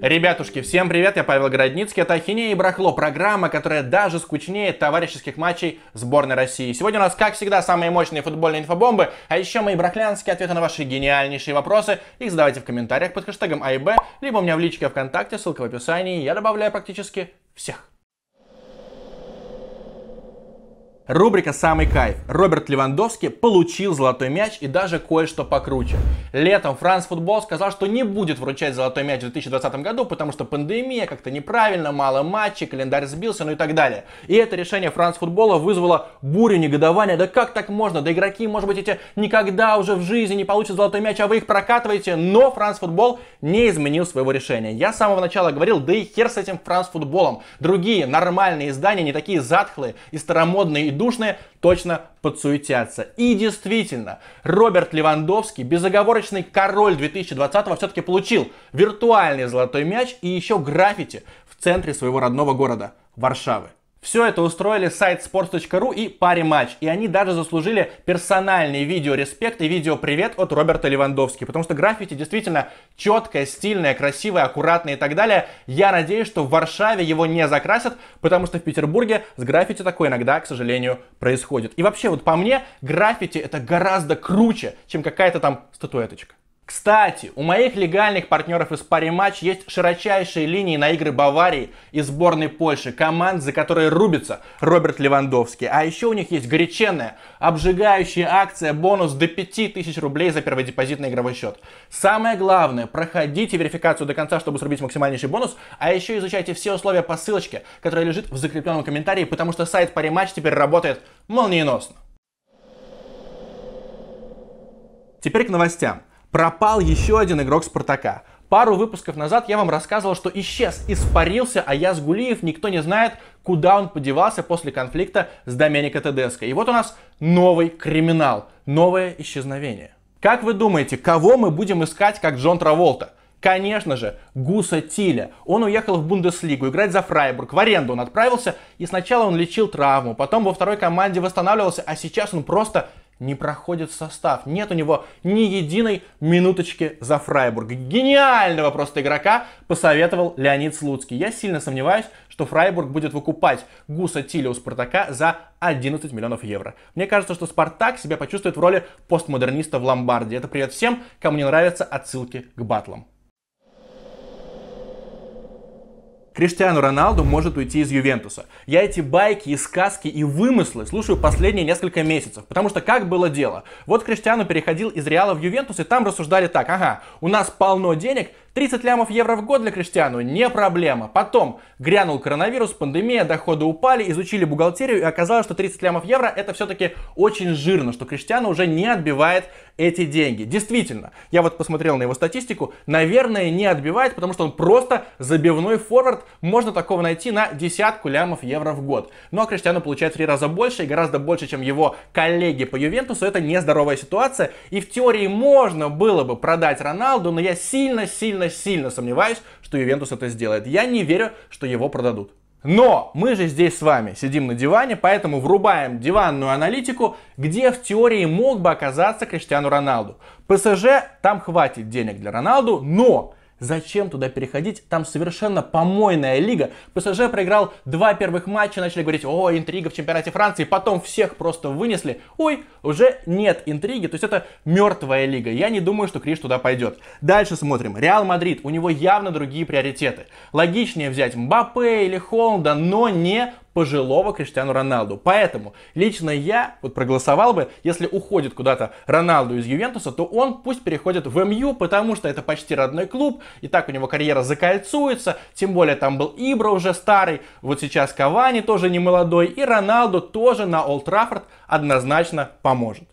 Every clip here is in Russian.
Ребятушки, всем привет, я Павел Городницкий, это «Ахинея и барахло», программа, которая даже скучнее товарищеских матчей сборной России. Сегодня у нас, как всегда, самые мощные футбольные инфобомбы, а еще мои барахлянские ответы на ваши гениальнейшие вопросы. Их задавайте в комментариях под хэштегом А и Б, либо у меня в личке ВКонтакте, ссылка в описании, я добавляю практически всех. Рубрика «Самый кайф». Роберт Левандовский получил золотой мяч и даже кое-что покруче. Летом France Football сказал, что не будет вручать золотой мяч в 2020 году, потому что пандемия, как-то неправильно, мало матчей, календарь сбился, ну и так далее. И это решение France Football вызвало бурю негодования. Да как так можно? Да игроки, может быть, эти никогда уже в жизни не получат золотой мяч, а вы их прокатываете. Но France Football не изменил своего решения. Я с самого начала говорил, да и хер с этим France Football. Другие нормальные издания, не такие затхлые и старомодные и душные, точно подсуетятся. И действительно, Роберт Левандовский, безоговорочный король 2020-го, все-таки получил виртуальный золотой мяч и еще граффити в центре своего родного города Варшавы. Все это устроили сайт sports.ru и Parimatch, и они даже заслужили персональный видео-респект и видео-привет от Роберта Левандовски, потому что граффити действительно четкое, стильное, красивое, аккуратное и так далее. Я надеюсь, что в Варшаве его не закрасят, потому что в Петербурге с граффити такое иногда, к сожалению, происходит. И вообще, вот по мне, граффити это гораздо круче, чем какая-то там статуэточка. Кстати, у моих легальных партнеров из Parimatch есть широчайшие линии на игры Баварии и сборной Польши, команд, за которые рубится Роберт Левандовский. А еще у них есть горяченная, обжигающая акция, бонус до 5000 рублей за первый депозит на игровой счет. Самое главное, проходите верификацию до конца, чтобы срубить максимальнейший бонус, а еще изучайте все условия по ссылочке, которая лежит в закрепленном комментарии, потому что сайт Parimatch теперь работает молниеносно. Теперь к новостям. Пропал еще один игрок Спартака. Пару выпусков назад я вам рассказывал, что исчез, испарился Аяз Гулиев, никто не знает, куда он подевался после конфликта с Доменико Тедеско. И вот у нас новый криминал, новое исчезновение. Как вы думаете, кого мы будем искать, как Джон Траволта? Конечно же, Гуса Тиля. Он уехал в Бундеслигу играть за Фрайбург. В аренду он отправился, и сначала он лечил травму, потом во второй команде восстанавливался, а сейчас он просто не проходит в состав. Нет у него ни единой минуточки за Фрайбург. Гениального просто игрока посоветовал Леонид Слуцкий. Я сильно сомневаюсь, что Фрайбург будет выкупать Гуса Тиля у Спартака за 11 миллионов евро. Мне кажется, что Спартак себя почувствует в роли постмодерниста в Ломбардии. Это привет всем, кому не нравятся отсылки к батлам. Криштиану Роналду может уйти из Ювентуса. Я эти байки и сказки и вымыслы слушаю последние несколько месяцев. Потому что как было дело? Вот Криштиану переходил из Реала в Ювентус, и там рассуждали так. Ага, у нас полно денег, 30 лямов евро в год для Криштиану не проблема. Потом грянул коронавирус, пандемия, доходы упали, изучили бухгалтерию, и оказалось, что 30 лямов евро это все-таки очень жирно, что Криштиану уже не отбивает эти деньги. Действительно, я вот посмотрел на его статистику, наверное, не отбивает, потому что он просто забивной форвард, можно такого найти на десятку лямов евро в год. Ну а Криштиану получает в 3 раза больше, и гораздо больше, чем его коллеги по Ювентусу, это нездоровая ситуация, и в теории можно было бы продать Роналду, но я сильно сомневаюсь, что Ювентус это сделает. Я не верю, что его продадут. Но мы же здесь с вами сидим на диване, поэтому врубаем диванную аналитику, где в теории мог бы оказаться Криштиану Роналду. ПСЖ, там хватит денег для Роналду, но зачем туда переходить? Там совершенно помойная лига. ПСЖ проиграл 2 первых матча, начали говорить, о, интрига в чемпионате Франции, потом всех просто вынесли. Ой, уже нет интриги, то есть это мертвая лига. Я не думаю, что Криш туда пойдет. Дальше смотрим. Реал Мадрид, у него явно другие приоритеты. Логичнее взять Мбаппе или Холланда, но не пожилого Криштиану Роналду. Поэтому лично я вот проголосовал бы, если уходит куда-то Роналду из Ювентуса, то он пусть переходит в МЮ, потому что это почти родной клуб, и так у него карьера закольцуется, тем более там был Ибра уже старый, вот сейчас Кавани тоже не молодой, и Роналду тоже на Олд Траффорд однозначно поможет.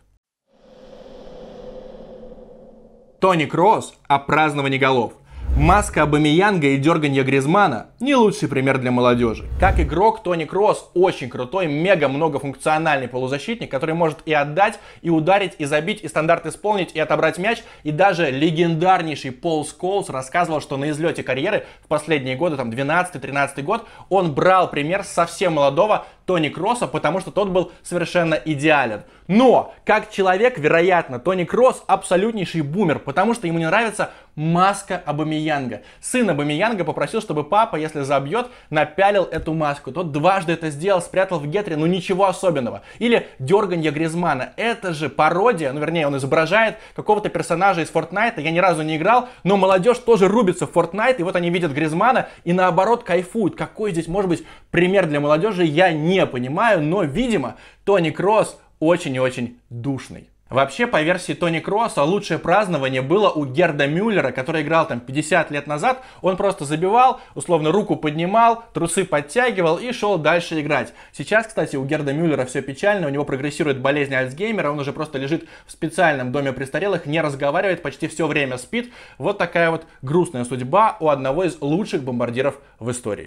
Тони Кросс о праздновании голов. Маска Абамеянга и дерганье Гризмана не лучший пример для молодежи. Как игрок, Тони Кросс очень крутой, мега многофункциональный полузащитник, который может и отдать, и ударить, и забить, и стандарт исполнить, и отобрать мяч. И даже легендарнейший Пол Сколс рассказывал, что на излете карьеры в последние годы, там 12-13 год, он брал пример совсем молодого Тони Кросса, потому что тот был совершенно идеален. Но, как человек, вероятно, Тони Кросс абсолютнейший бумер, потому что ему не нравится маска Абамеянга. Абамеянга. Сын Абамеянга попросил, чтобы папа, если забьет, напялил эту маску. Тот дважды это сделал, спрятал в гетры, ну ничего особенного. Или дерганье Гризмана. Это же пародия, ну вернее он изображает какого-то персонажа из Fortnite. Я ни разу не играл, но молодежь тоже рубится в Fortnite, и вот они видят Гризмана и наоборот кайфуют. Какой здесь может быть пример для молодежи, я не понимаю, но видимо Тони Кросс очень и очень душный. Вообще, по версии Тони Кросса, лучшее празднование было у Герда Мюллера, который играл там 50 лет назад. Он просто забивал, условно руку поднимал, трусы подтягивал и шел дальше играть. Сейчас, кстати, у Герда Мюллера все печально, у него прогрессирует болезнь Альцгеймера, он уже просто лежит в специальном доме престарелых, не разговаривает, почти все время спит. Вот такая вот грустная судьба у одного из лучших бомбардиров в истории.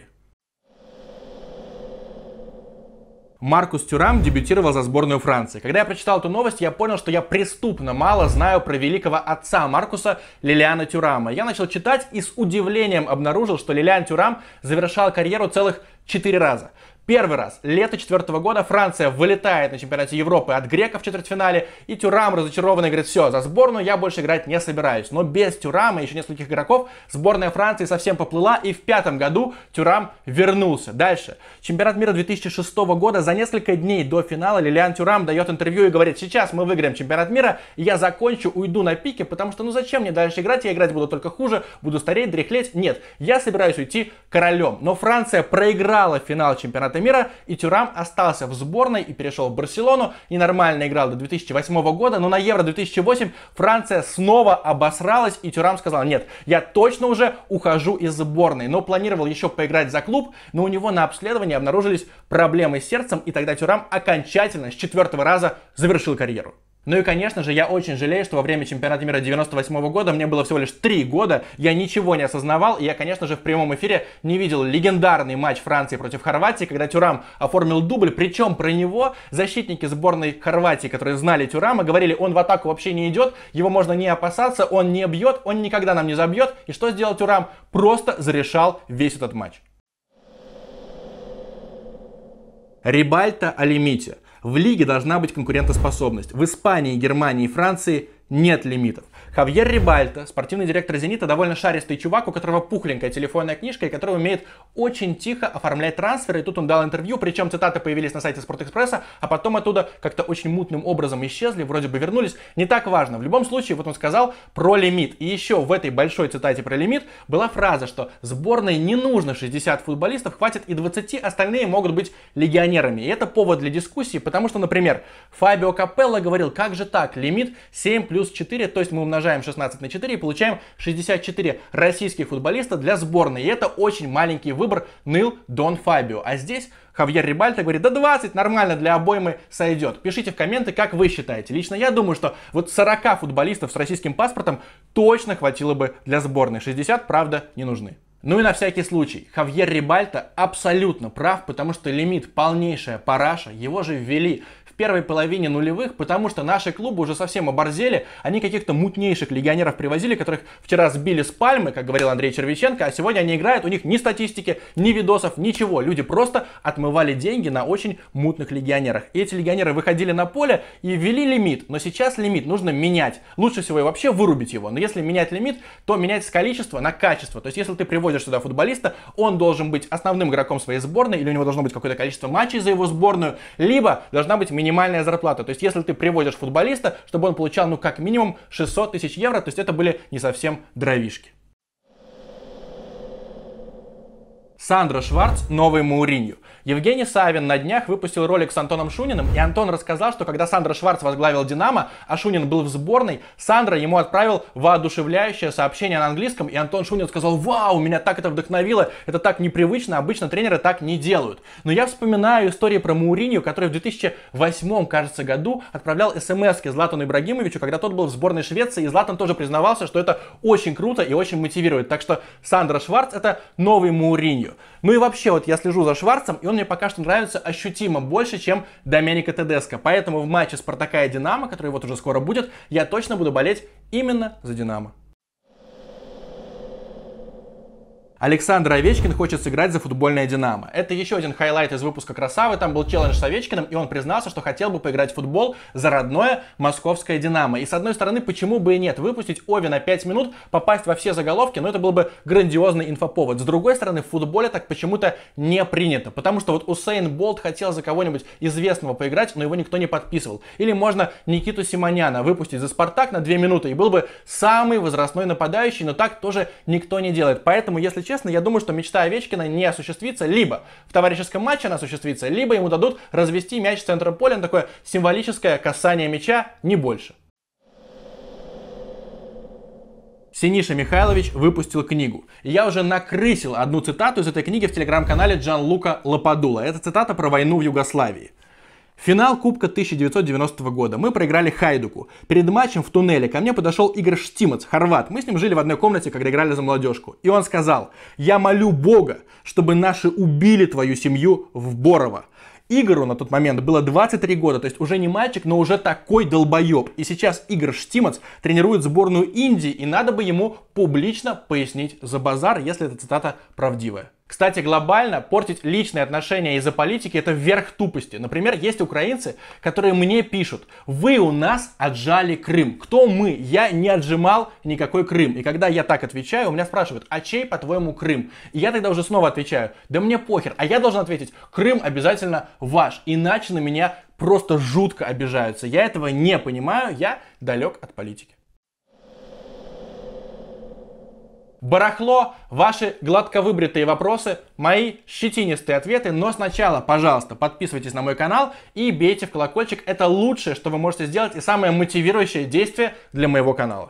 Маркус Тюрам дебютировал за сборную Франции. Когда я прочитал эту новость, я понял, что я преступно мало знаю про великого отца Маркуса, Лилиана Тюрама. Я начал читать и с удивлением обнаружил, что Лилиан Тюрам завершал карьеру целых 4 раза. Первый раз, лето 2004 года, Франция вылетает на чемпионате Европы от греков в четвертьфинале, и Тюрам разочарованный говорит: все, за сборную я больше играть не собираюсь. Но без Тюрама и еще нескольких игроков сборная Франции совсем поплыла, и в 2005 году Тюрам вернулся. Дальше, чемпионат мира 2006 года, за несколько дней до финала Лилиан Тюрам дает интервью и говорит: сейчас мы выиграем чемпионат мира, и я закончу, уйду на пике, потому что ну зачем мне дальше играть, я играть буду только хуже, буду стареть, дряхлеть. Нет, я собираюсь уйти королем. Но Франция проиграла финал чемпионата мира, и Тюрам остался в сборной и перешел в Барселону, и нормально играл до 2008 года, но на Евро 2008 Франция снова обосралась, и Тюрам сказал: нет, я точно уже ухожу из сборной, но планировал еще поиграть за клуб, но у него на обследовании обнаружились проблемы с сердцем, и тогда Тюрам окончательно с 4-го раза завершил карьеру. Ну и, конечно же, я очень жалею, что во время чемпионата мира 98 года мне было всего лишь 3 года, я ничего не осознавал, и я, конечно же, в прямом эфире не видел легендарный матч Франции против Хорватии, когда Тюрам оформил дубль, причем про него защитники сборной Хорватии, которые знали Тюрама, говорили: он в атаку вообще не идет, его можно не опасаться, он не бьет, он никогда нам не забьет. И что сделал Тюрам? Просто зарешал весь этот матч. Рибальто о лимите. В лиге должна быть конкурентоспособность. В Испании, Германии и Франции нет лимитов. Хавьер Рибальто, спортивный директор «Зенита», довольно шаристый чувак, у которого пухленькая телефонная книжка, и который умеет очень тихо оформлять трансферы. И тут он дал интервью, причем цитаты появились на сайте Спортэкспресса, а потом оттуда как-то очень мутным образом исчезли, вроде бы вернулись. Не так важно. В любом случае, вот он сказал про лимит. И еще в этой большой цитате про лимит была фраза, что сборной не нужно 60 футболистов, хватит и 20, остальные могут быть легионерами. И это повод для дискуссии, потому что, например, Фабио Капелло говорил: как же так, лимит 7 плюс 4, то есть мы умножаем 16 на 4 и получаем 64 российских футболиста для сборной. И это очень маленький выбор, ныл Дон Фабио. А здесь Хавьер Рибальто говорит: да 20 нормально для обоймы сойдет. Пишите в комменты, как вы считаете. Лично я думаю, что вот 40 футболистов с российским паспортом точно хватило бы для сборной. 60, правда, не нужны. Ну и на всякий случай, Хавьер Рибальто абсолютно прав, потому что лимит полнейшая параша, его же ввели в первой половине нулевых, потому что наши клубы уже совсем оборзели, они каких-то мутнейших легионеров привозили, которых вчера сбили с пальмы, как говорил Андрей Червиченко, а сегодня они играют, у них ни статистики, ни видосов, ничего, люди просто отмывали деньги на очень мутных легионерах. И эти легионеры выходили на поле и ввели лимит, но сейчас лимит нужно менять, лучше всего и вообще вырубить его, но если менять лимит, то менять с количества на качество, то есть если ты приводишь сюда футболиста, он должен быть основным игроком своей сборной, или у него должно быть какое-то количество матчей за его сборную, либо должна быть минимальная зарплата. То есть если ты приводишь футболиста, чтобы он получал ну как минимум 600 тысяч евро, то есть это были не совсем дровишки. Сандро Шварц — новый Мауриньо. Евгений Савин на днях выпустил ролик с Антоном Шуниным, и Антон рассказал, что когда Сандро Шварц возглавил «Динамо», а Шунин был в сборной, Сандро ему отправил воодушевляющее сообщение на английском, и Антон Шунин сказал: вау, меня так это вдохновило, это так непривычно, обычно тренеры так не делают. Но я вспоминаю истории про Мауриньо, который в 2008, кажется, году отправлял смс-ки Златану Ибрагимовичу, когда тот был в сборной Швеции, и Златан тоже признавался, что это очень круто и очень мотивирует. Так что Сандро Шварц — это новый Мауриньо. Ну и вообще, вот я слежу за Шварцем, и он мне пока что нравится ощутимо больше, чем Доменико Тедеско. Поэтому в матче Спартака и Динамо, который вот уже скоро будет, я точно буду болеть именно за Динамо. Александр Овечкин хочет сыграть за футбольное «Динамо». Это еще один хайлайт из выпуска «Красавы». Там был челлендж с Овечкиным, и он признался, что хотел бы поиграть в футбол за родное московское «Динамо». И с одной стороны, почему бы и нет? Выпустить Ови на 5 минут, попасть во все заголовки, но это был бы грандиозный инфоповод. С другой стороны, в футболе так почему-то не принято. Потому что вот Усейн Болт хотел за кого-нибудь известного поиграть, но его никто не подписывал. Или можно Никиту Симоняна выпустить за «Спартак» на 2 минуты, и был бы самый возрастной нападающий, но так тоже никто не делает. Поэтому, если честно, я думаю, что мечта Овечкина не осуществится. Либо в товарищеском матче она осуществится, либо ему дадут развести мяч в центр поля на такое символическое касание мяча, не больше. Синиша Михайлович выпустил книгу. И я уже накрысил одну цитату из этой книги в телеграм-канале Джанлука Лападула. Это цитата про войну в Югославии. Финал Кубка 1990 года. Мы проиграли Хайдуку. Перед матчем в туннеле ко мне подошел Игорь Штимац, хорват. Мы с ним жили в одной комнате, когда играли за молодежку. И он сказал: «Я молю Бога, чтобы наши убили твою семью в Борово». Игорю на тот момент было 23 года, то есть уже не мальчик, но уже такой долбоеб. И сейчас Игорь Штимац тренирует сборную Индии, и надо бы ему публично пояснить за базар, если эта цитата правдивая. Кстати, глобально портить личные отношения из-за политики — это верх тупости. Например, есть украинцы, которые мне пишут: «Вы у нас отжали Крым». Кто мы? Я не отжимал никакой Крым. И когда я так отвечаю, у меня спрашивают: «А чей, по-твоему, Крым?» И я тогда уже снова отвечаю: «Да мне похер». А я должен ответить: «Крым обязательно ваш». Иначе на меня просто жутко обижаются. Я этого не понимаю, я далек от политики. Барахло, ваши гладко выбритые вопросы, мои щетинистые ответы, но сначала, пожалуйста, подписывайтесь на мой канал и бейте в колокольчик. Это лучшее, что вы можете сделать, и самое мотивирующее действие для моего канала.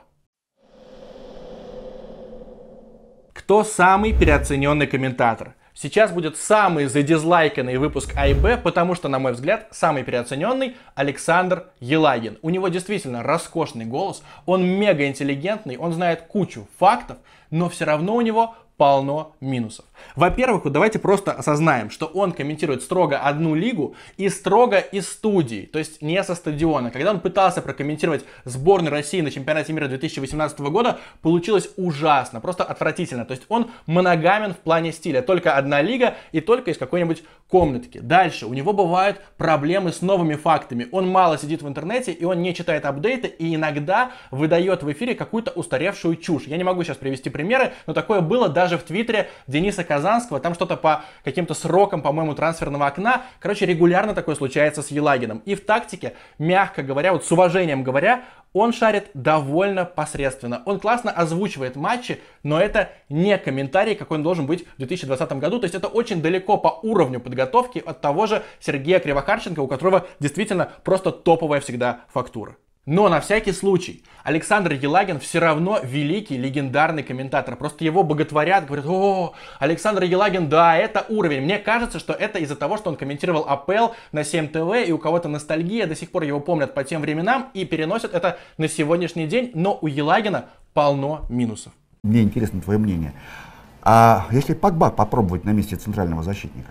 Кто самый переоцененный комментатор? Сейчас будет самый задизлайканный выпуск АИБ, потому что, на мой взгляд, самый переоцененный Александр Елагин. У него действительно роскошный голос, он мега интеллигентный, он знает кучу фактов, но все равно у него полно минусов. Во-первых, вот давайте просто осознаем, что он комментирует строго одну лигу и строго из студии, то есть не со стадиона. Когда он пытался прокомментировать сборную России на чемпионате мира 2018 года, получилось ужасно, просто отвратительно. То есть он моногамен в плане стиля, только одна лига и только из какой-нибудь комнатки. Дальше, у него бывают проблемы с новыми фактами. Он мало сидит в интернете, и он не читает апдейты, и иногда выдает в эфире какую-то устаревшую чушь. Я не могу сейчас привести примеры, но такое было даже в твиттере Дениса Казанского. Там что-то по каким-то срокам, по-моему, трансферного окна. Короче, регулярно такое случается с Елагиным. И в тактике, мягко говоря, вот с уважением говоря, он шарит довольно посредственно. Он классно озвучивает матчи, но это не комментарий, какой он должен быть в 2020 году. То есть это очень далеко по уровню подготовки от того же Сергея Кривохарченко, у которого действительно просто топовая всегда фактура. Но на всякий случай, Александр Елагин все равно великий, легендарный комментатор. Просто его боготворят, говорят: «О, Александр Елагин, да, это уровень». Мне кажется, что это из-за того, что он комментировал АПЛ на 7 ТВ, и у кого-то ностальгия, до сих пор его помнят по тем временам и переносят это на сегодняшний день. Но у Елагина полно минусов. Мне интересно твое мнение. А если Погба попробовать на месте центрального защитника?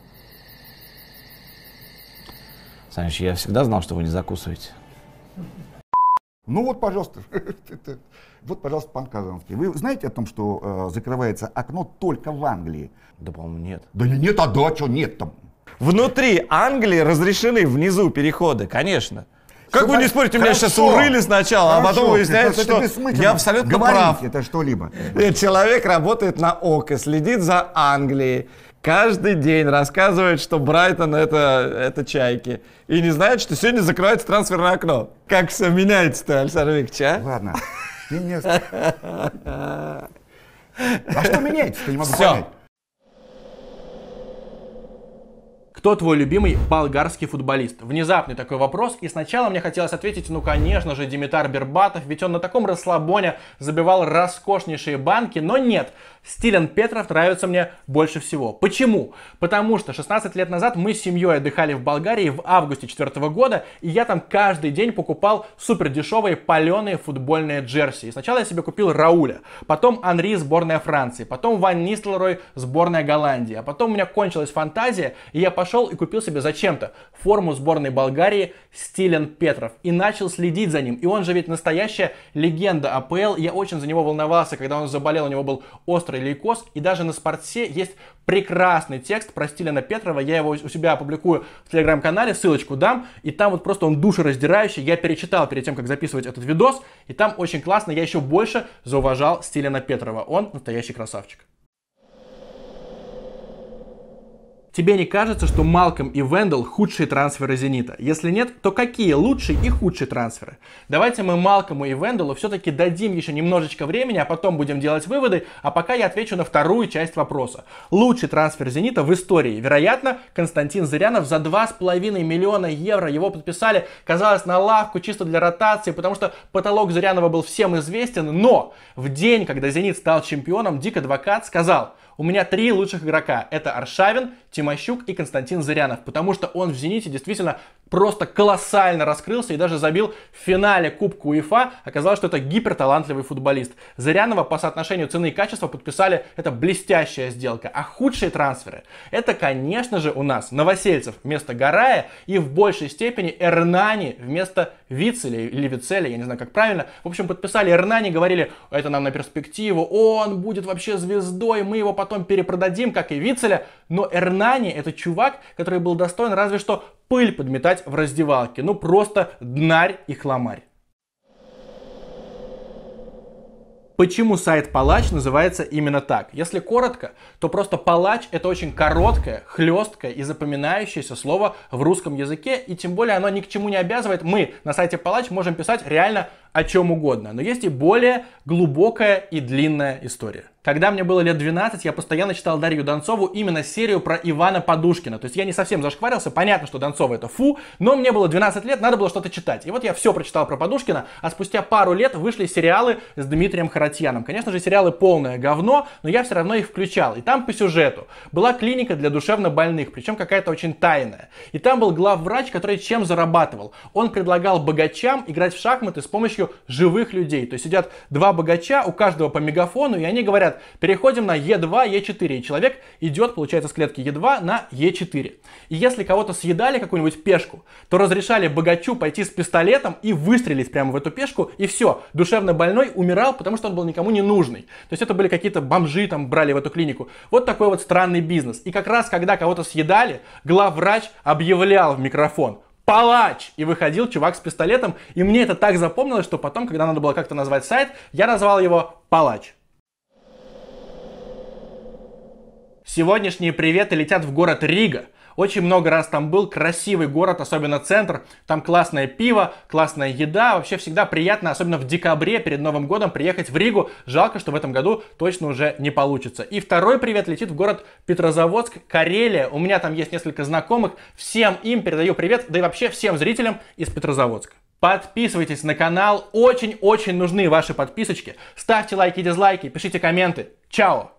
Саныч, я всегда знал, что вы не закусываете. Ну вот, пожалуйста, вот, пожалуйста, пан Казанский. Вы знаете о том, что закрывается окно только в Англии? Да, по-моему, нет. Да нет, а да, что нет там? Внутри Англии разрешены внизу переходы, конечно. Как вы не спорите, меня сейчас урыли сначала, а потом выясняется, что я абсолютно прав. Это что-либо. Человек работает на ОКО, следит за Англией. Каждый день рассказывает, что Брайтон это чайки. И не знает, что сегодня закрывается трансферное окно. Как все меняется-то, Александр Викторович, а? Ладно. Ты мне... А что меняется-то, не могу понять. Кто твой любимый болгарский футболист? Внезапный такой вопрос, и сначала мне хотелось ответить: ну конечно же, Димитар Бербатов, ведь он на таком расслабоне забивал роскошнейшие банки, но нет. Стилен Петров нравится мне больше всего. Почему? Потому что 16 лет назад мы с семьей отдыхали в Болгарии в августе 2004 года, и я там каждый день покупал супер дешевые паленые футбольные джерси. И сначала я себе купил Рауля, потом Анри, сборная Франции, потом Ван Нистелрой, сборная Голландии, а потом у меня кончилась фантазия, и я пошел пошел и купил себе зачем-то форму сборной Болгарии Стилен Петров и начал следить за ним. И он же ведь настоящая легенда АПЛ. Я очень за него волновался, когда он заболел, у него был острый лейкоз. И даже на Спорте есть прекрасный текст про Стилена Петрова. Я его у себя опубликую в телеграм-канале, ссылочку дам. И там вот просто он душераздирающий. Я перечитал перед тем, как записывать этот видос. И там очень классно. Я еще больше зауважал Стилена Петрова. Он настоящий красавчик. Тебе не кажется, что Малком и Вендел худшие трансферы Зенита? Если нет, то какие лучшие и худшие трансферы? Давайте мы Малкому и Венделу все-таки дадим еще немножечко времени, а потом будем делать выводы, а пока я отвечу на вторую часть вопроса. Лучший трансфер Зенита в истории. Вероятно, Константин Зырянов за 2,5 миллиона евро. Его подписали, казалось, на лавку, чисто для ротации, потому что потолок Зырянова был всем известен. Но в день, когда Зенит стал чемпионом, Дик Адвокат сказал: у меня 3 лучших игрока. Это Аршавин, Тимощук и Константин Зырянов. Потому что он в Зените действительно просто колоссально раскрылся и даже забил в финале Кубка УЕФА. Оказалось, что это гиперталантливый футболист. Зырянова по соотношению цены и качества подписали. Это блестящая сделка. А худшие трансферы — это, конечно же, у нас Новосельцев вместо Гарая и в большей степени Эрнани вместо Вицеля или Вицеля, я не знаю, как правильно. В общем, подписали Эрнани, говорили: это нам на перспективу, он будет вообще звездой, мы его потом перепродадим, как и Вицеля. Но Эрнани — это чувак, который был достоин разве что пыль подметать в раздевалке. Ну просто днарь и хламарь. Почему сайт Палач называется именно так? Если коротко, то просто палач — это очень короткое, хлесткое и запоминающееся слово в русском языке, и тем более оно ни к чему не обязывает. Мы на сайте Палач можем писать реально о чем угодно, но есть и более глубокая и длинная история. Когда мне было лет 12, я постоянно читал Дарью Донцову именно серию про Ивана Подушкина. То есть я не совсем зашкварился, понятно, что Донцова это фу, но мне было 12 лет, надо было что-то читать. И вот я все прочитал про Подушкина, а спустя пару лет вышли сериалы с Дмитрием Харатьяном. Конечно же, сериалы полное говно, но я все равно их включал. И там по сюжету была клиника для душевнобольных, причем какая-то очень тайная. И там был главврач, который чем зарабатывал? Он предлагал богачам играть в шахматы с помощью живых людей. То есть сидят 2 богача, у каждого по мегафону, и они говорят: переходим на Е2, Е4. И человек идет, получается, с клетки Е2 на Е4. И если кого-то съедали, какую-нибудь пешку, то разрешали богачу пойти с пистолетом и выстрелить прямо в эту пешку, и все. Душевно больной умирал, потому что он был никому не нужный. То есть это были какие-то бомжи, там брали в эту клинику. Вот такой вот странный бизнес. И как раз, когда кого-то съедали, главврач объявлял в микрофон: Палач! И выходил чувак с пистолетом. И мне это так запомнилось, что потом, когда надо было как-то назвать сайт, я назвал его Палач. Сегодняшние приветы летят в город Рига. Очень много раз там был, красивый город, особенно центр. Там классное пиво, классная еда. Вообще всегда приятно, особенно в декабре перед Новым годом, приехать в Ригу. Жалко, что в этом году точно уже не получится. И второй привет летит в город Петрозаводск, Карелия. У меня там есть несколько знакомых. Всем им передаю привет, да и вообще всем зрителям из Петрозаводска. Подписывайтесь на канал. Очень-очень нужны ваши подписочки. Ставьте лайки и дизлайки, пишите комменты. Чао!